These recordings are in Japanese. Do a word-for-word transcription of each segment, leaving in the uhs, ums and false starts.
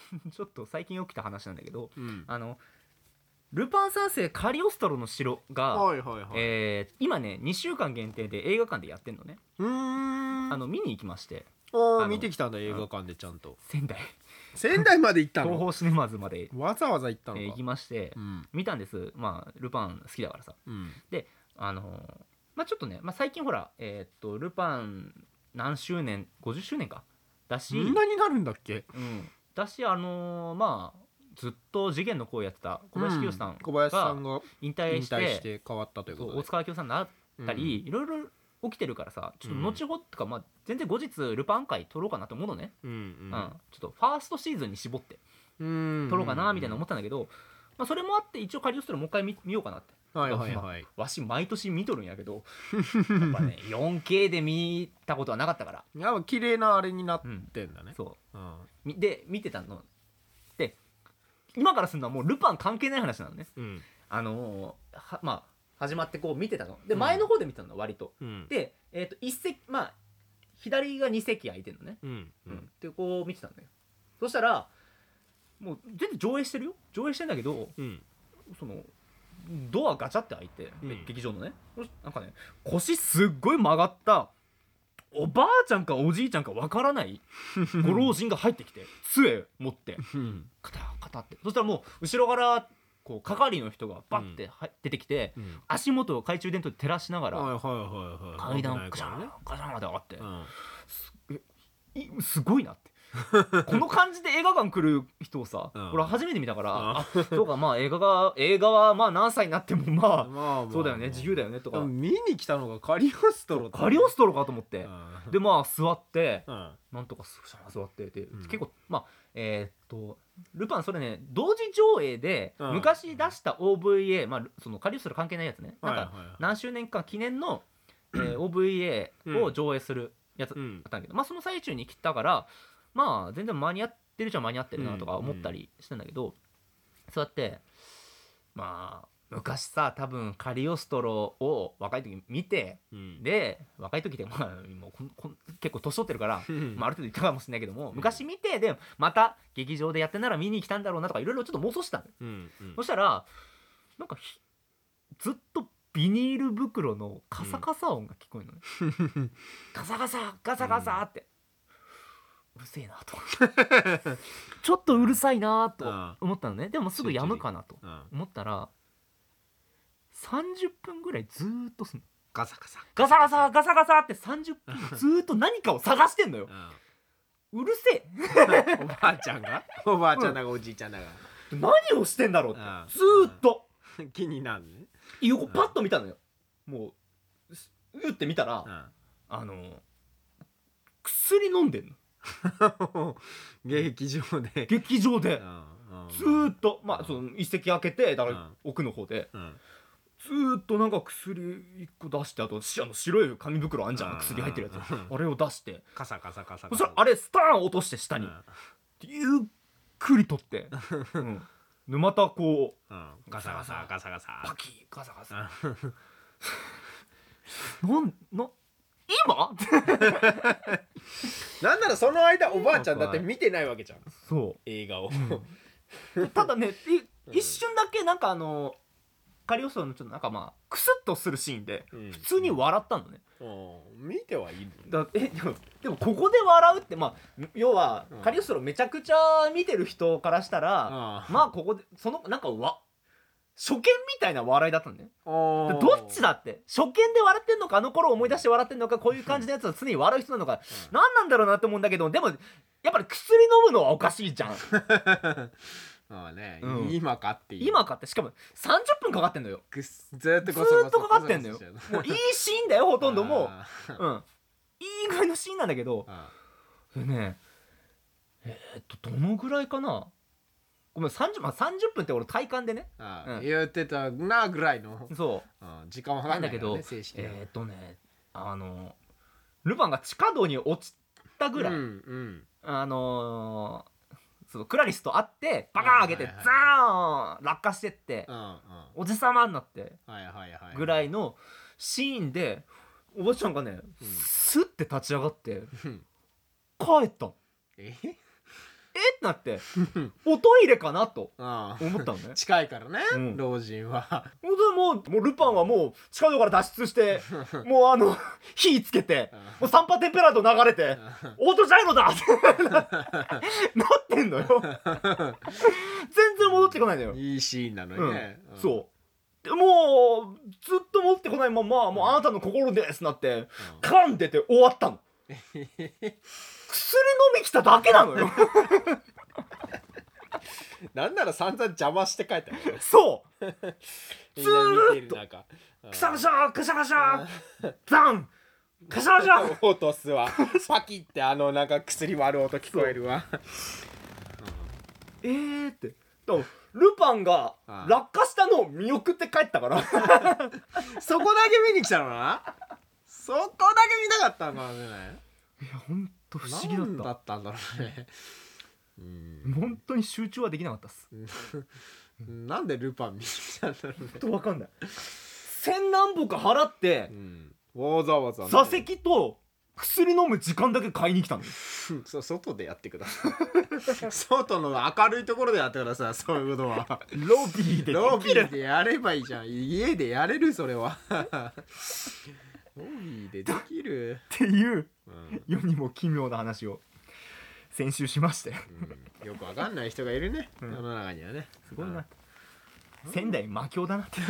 ちょっと最近起きた話なんだけど、 うん、 あのルパン三世カリオストロの城が、 はいはいはい、 えー、今ねにしゅうかん限定で映画館でやってんのね。 うーんあの見に行きまして、 あ見てきたんだ映画館でちゃんと。 仙台仙台まで行ったの？ 東宝シネマズまでわざわざ行ったのか、 えー行きまして、 うん、 見たんです。まあルパン好きだからさ、 うん、 であのー、まあちょっとね、まあ、最近ほらえー、っとルパン何周年ごじゅっしゅうねんかだし、 そんなになるんだっけ？ うん、だしあのー、まあずっと次元の声やってた小林清さんうん、小林さんが引退して、 引退して変わったということで、 大塚明夫さんになったり、うん、いろいろ起きてるからさ、ちょっと後ほどとか、まあ、全然後日ルパン会撮ろうかなと思うのね、 うんうんうん、ちょっとファーストシーズンに絞って撮ろうかなみたいな思ったんだけど、まあ、それもあって一応カリオストロもう一回 見, 見ようかなって、 はいはいはい、 まあ、わし毎年見とるんやけどやっぱね よんケー で見たことはなかったからやっぱ綺麗なあれになってんだね、 うん、そう、 うん、 で見てたので今からするのはもうルパン関係ない話なのね、うん、あのー、まあ始まってこう見てたので、前の方で見てたの割と、うん、で、えー、と一席まあ左がに席空いてるのね、うんうん、でこう見てたんだよ。そしたらもう全然上映してるよ上映してんだけど、うん、そのドアガチャって開いて、うん、劇場のねなんかね腰すっごい曲がったおばあちゃんかおじいちゃんかわからないご老人が入ってきて杖持ってカタカタって、そしたらもう後ろからこう係の人がバッて、うん、出てきて、うん、足元を懐中電灯で照らしながら、はいはいはいはい、階段ガシャンガシャンまで上がって、うん、す, すごいなってこの感じで映画館来る人をさ、うん、俺初めて見たから、うん、あそうかまあ映画が映画はまあ何歳になってもまあ、まあまあ、そうだよね自由だよねとか見に来たのがカリオストロカリオストロかと思って、うん、でまあ座って、うん、なんとか座ってて、うん、結構まあえー、っとルパンそれね同時上映で昔出した オーブイエー、まあ、そのカリオストロ関係ないやつね、なんか何周年間記念の、えー、オーブイエー を上映するやつだったんだけど、まあその最中に来たからまあ全然間に合ってるじゃ間に合ってるなとか思ったりしてんだけど、そうやってまあ昔さ多分カリオストロを若い時見て、うん、で若い時で、まあ、もうここ結構年取ってるから、まあ、ある程度言ったかもしれないけども、昔見てでまた劇場でやってんなら見に来たんだろうなとかいろいろちょっと妄想したの、うんうん、そしたらなんかずっとビニール袋のカサカサ音が聞こえるのね、うん、ガサガサガサガサって、うん、うるせえなとちょっとうるさいなと思ったのね。でもすぐやむかなと思ったらさんじゅっぷんぐらいずーっとすんのガサガサガサガサガサガサってさんじゅっぷんずーっと何かを探してんのよ、うん、うるせえおばあちゃんがおばあちゃんだがおじいちゃんだが何をしてんだろうって、うん、ずーっと、 うん、気になるね。 横パッと見たのよ、うん、もううって見たら、うん、あの薬飲んでんの劇場で劇場で、うんずーっとまあその一席開けてだから奥の方で、うん、ずーっとなんか薬いっこ出して、あとあの白い紙袋あんじゃん、薬入ってるやつ、あれを出してカサカサカサカサ、 そしたらあれスターン落として下に、うん、ゆっくり取って、うん、沼田こう、うん、 ガサガサガサガサパキーガサガサなんな今なんならその間おばあちゃんだって見てないわけじゃん、 そう映画を、 うん、ただね一瞬だけなんかあのカリオストロのちょっとなんかまあクスッとするシーンで普通に笑ったのね、 うん、見てはいるだえでもでもここで笑うってまあ要はカリオストロめちゃくちゃ見てる人からしたら、うん、まあここでそのなんかわ初見みたいな笑いだったんだよ。どっちだって初見で笑ってんのかあの頃を思い出して笑ってんのかこういう感じのやつは常に笑う人なのか、うん、何なんだろうなって思うんだけど、でもやっぱり薬飲むのはおかしいじゃんまあね、うん、今かっていう今かってしかもさんじゅっぷんかかってんのよ。 ずっとゴソゴソずっとかかってんのよ。もういいシーンだよほとんどもう、うん、いいぐらいのシーンなんだけどでねえー、っとどのぐらいかなごめんさんじゅう、まあ、さんじゅっぷんって俺体感でねああ、うん、言ってたなぐらいのそう、 うん、時間はかかんないからね、 だけどえー、っとねあのルパンが地下道に落ちたぐらい、うんうん、あのー、そのクラリスと会ってバカーン開けて、はいはいはい、ザーン落下してって、うんうん、おじさまになってぐらいのシーンでおばちゃんがね、うん、スッて立ち上がって帰った。 ええっなっておトイレかなとああ思ったのね近いからね、 うん、 老人は本当にもう、もうルパンはもう地下道から脱出してもうあの火つけてもうサンパテンペラート流れてオートジャイロだってなってんのよ全然戻ってこないのよ。 いいシーンなのにね、 うん、そうでもうずっと戻ってこないままもうあなたの心ですなってカン出て終わったの薬飲み来ただけなのよなんなら散々邪魔して帰ったよねそうずーっとクシャクシャクシャクシャザンクシャクシャ落とすわパキってあのなんか薬割る音聞こえるわえーってルパンが落下したのを見送って帰ったからそこだけ見に来たのなそこだけ見たかったんかもしれない。 いやほんと不思議だった。 何だったんだろうねうん本当に集中はできなかったっすなんでルパン見に来たんだろうねほんと分かんない千何歩か払って、 うん、わざわざ、ね、 座席と薬飲む時間だけ買いに来たのそ外でやってください外の明るいところでやってください。そういうことはロビーでロビーでやればいいじゃん。家でやれるそれはロビーでできるっていう、うん、世にも奇妙な話を先週しまして、 うん、よくわかんない人がいるね、うん、世の中にはね。 すごいな、うん、仙台魔境だなって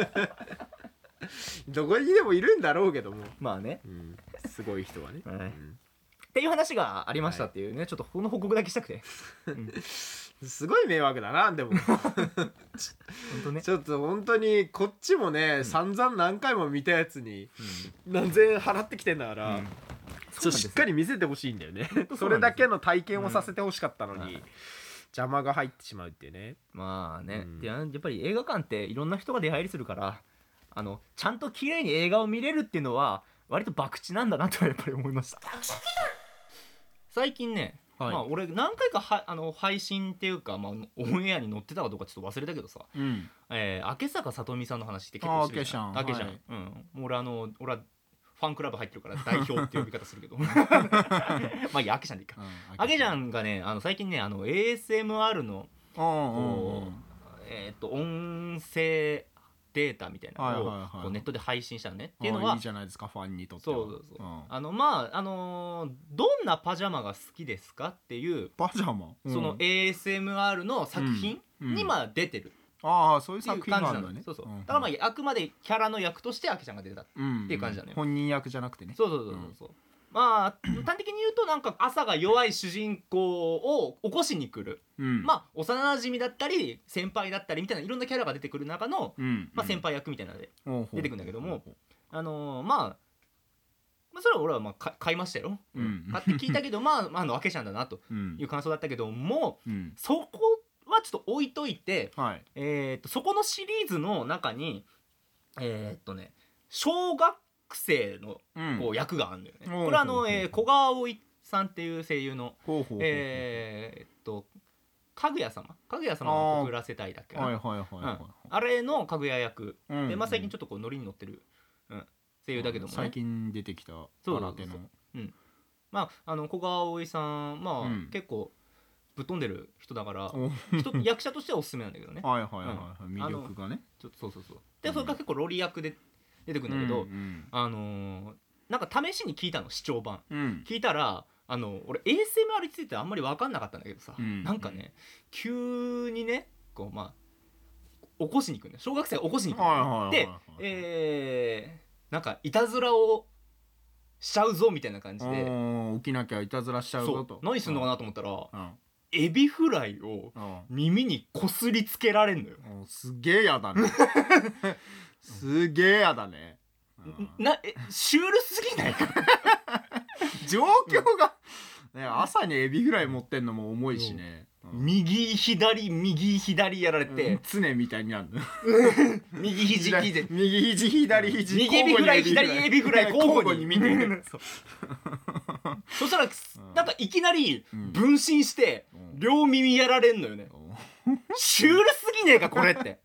どこにでもいるんだろうけどもまあね、 うん、すごい人はね、 はい、うん、っていう話がありましたっていうね、はい、ちょっとこの報告だけしたくて、うん、すごい迷惑だなでも本当、ね、ちょっと本当にこっちもね、うん、散々何回も見たやつに、うん、何千円払ってきてんだから、うん、ちょっとしっかり見せてほしいんだよねそれだけの体験をさせてほしかったのに、うん、邪魔が入ってしまうっていうね。 まあね、うん、やっぱり映画館っていろんな人が出入りするからあのちゃんと綺麗に映画を見れるっていうのは割と博打なんだなとやっぱり思いました最近ね、はい、まあ、俺何回かはあの配信っていうか、まあ、オンエアに載ってたかどうかちょっと忘れたけどさ、うん、えー、明坂さとみさんの話って結構してるじゃん。あけちゃん、はい、うん、もう俺あの俺はファンクラブ入ってるから代表って呼び方するけどまあいいや、あけちゃんでいいか、うん、あけちゃんがねあの最近ねあの エーエスエムアール のこう、えー、っと音声データみたいなのを、はいはいはい、こうネットで配信したのねっていうのは、 いいじゃないですかファンにとっては。 そうそうそう、うん、あのまああのー、どんなパジャマが好きですかっていうパジャマ、 うん、その エーエスエムアール の作品にまあ出てる、 うんうん、ああそういう作品があるんだね。 そうそう、うん、だからまああくまでキャラの役としてあきちゃんが出てたっていう感じなのよ、 うんうん、本人役じゃなくてね。 そうそうそうそう、うん、まあ端的に言うとなんか朝が弱い主人公を起こしに来る、うん、まあ幼馴染だったり先輩だったりみたいないろんなキャラが出てくる中の、うん、まあ、先輩役みたいなので出てくるんだけども、うん、あのー、まあまあそれは俺はまあ買いましたよ、うん、買って聞いたけどまああのあけちゃんだなという感想だったけども、うん、そこはちょっと置いといて、はい、えー、とそこのシリーズの中にえー、っとね小学生のこう役があるんだよね、うん、これはあの、えー、古賀葵さんっていう声優のえー、っとかぐや様かぐや様を送らせたいだっけな、はいはいはいはい、うん、あれのかぐや役、うんうん、で、まあ、最近ちょっとこうノリに乗ってる、うん、声優だけども、ね、 最近出てきた新手の、そうそうそう、 うん、まああの古賀葵さんまあ、うん、結構ぶっ飛んでる人だから人役者としてはおすすめなんだけどねはいはいはい、はい、うん、魅力がねちょっとそうそうそうで、それが結構ロリ役で出てくるんだけど、うんうん、あのー、なんか試しに聞いたの視聴版、うん、聞いたらあの俺 エーエスエムアール についてあんまり分かんなかったんだけどさ、うん、なんかね急にねこうまあ起こしに行くんだよ小学生が起こしに行くんだよ、はいはいはいはい、で、えー、なんかいたずらをしちゃうぞみたいな感じで起きなきゃいたずらしちゃうぞと何すんのかなと思ったら、うん、エビフライを耳にこすりつけられんのよ、 うん、すげえやだねすげえやだね、 うん、なえシュールすぎないか状況が、ね、朝にエビフライ持ってんのも重いしね、 うん、右左右左やられて、うん、 常みたいにあるの右肘左右肘左肘右エビフライ左エビフライ交互に見てるそ, そしたら、うん、なんかいきなり分身して、うん、両耳やられんのよね、うん、シュールすぎねえかこれって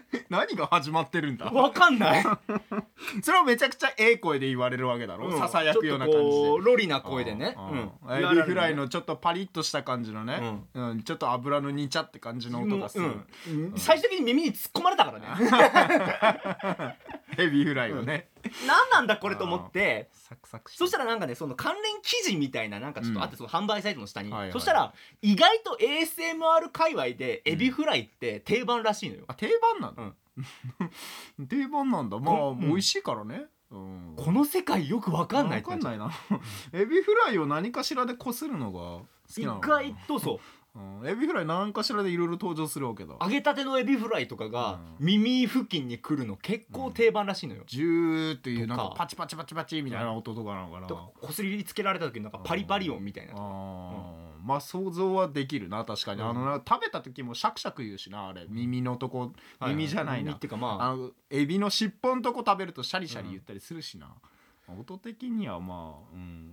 何が始まってるんだわかんないそれはめちゃくちゃええ声で言われるわけだろ、うん、ささやくような感じでロリな声でね、 うん、エビフライのちょっとパリッとした感じのね、うんうん、ちょっと油の煮ちゃって感じの音がする、 うんうん、最終的に耳に突っ込まれたからねエビフライをね、 うん、何なんだこれと思ってサクサクそしたらなんかねその関連記事みたいななんかちょっとあって、その販売サイトの下に、はいはい、そしたら意外と エーエスエムアール 界隈でエビフライって定番らしいのよ、 あ定番なんだ、うん、定番なんだまあ、うん、美味しいからね、うん、 この世界よく分かんない分かんないなエビフライを何かしらでこするのが好きなの意外とそううん、エビフライ何かしらでいろいろ登場するわけだ。 揚げたてのエビフライとかが耳付近に来るの結構定番らしいのよ、 うん、ジューっていうなんかパチパチパチパチみたいな音とかなのかな、 こすりつけられた時になんかパリパリ音みたいな、あ、 うん、まあ想像はできるな確かに、うん、あの食べた時もシャクシャク言うしなあれ耳のとこ、耳じゃないな、はいはい、耳っていうかまあ、あのエビの尻尾のとこ食べるとシャリシャリ言ったりするしな、うん、音的にはまあ、うん、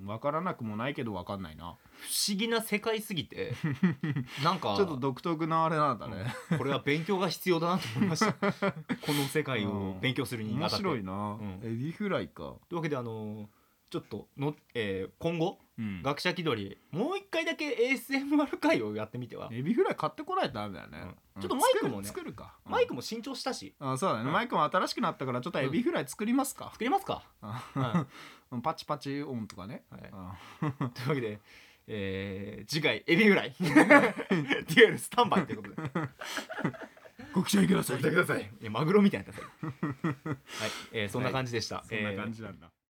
分からなくもないけど分かんないな、 不思議な世界すぎてなんかちょっと独特なあれなんだね、 うん、これは勉強が必要だなと思いましたこの世界を勉強するにあたって、 面白いな、うん、エビフライか。というわけであのー、ちょっとの、えー、今後、うん、学者気取りもう一回だけ エーエスエムアール 回をやってみては。 エビフライ買ってこないとダメだよね、 うん、ちょっとマイクもね作るか、 マイクも新調したし、 あそうだね、うん、マイクも新しくなったからちょっとエビフライ作りますか、 うん、作りますか、 うん、パチパチ音とかね、はい、 というわけでえー、次回エビフライデュエルスタンバイということでご期待ください。 ご期待ください。マグロみたいなはい、えー、そんな感じでした。 はい、そんな感じなんだ。えー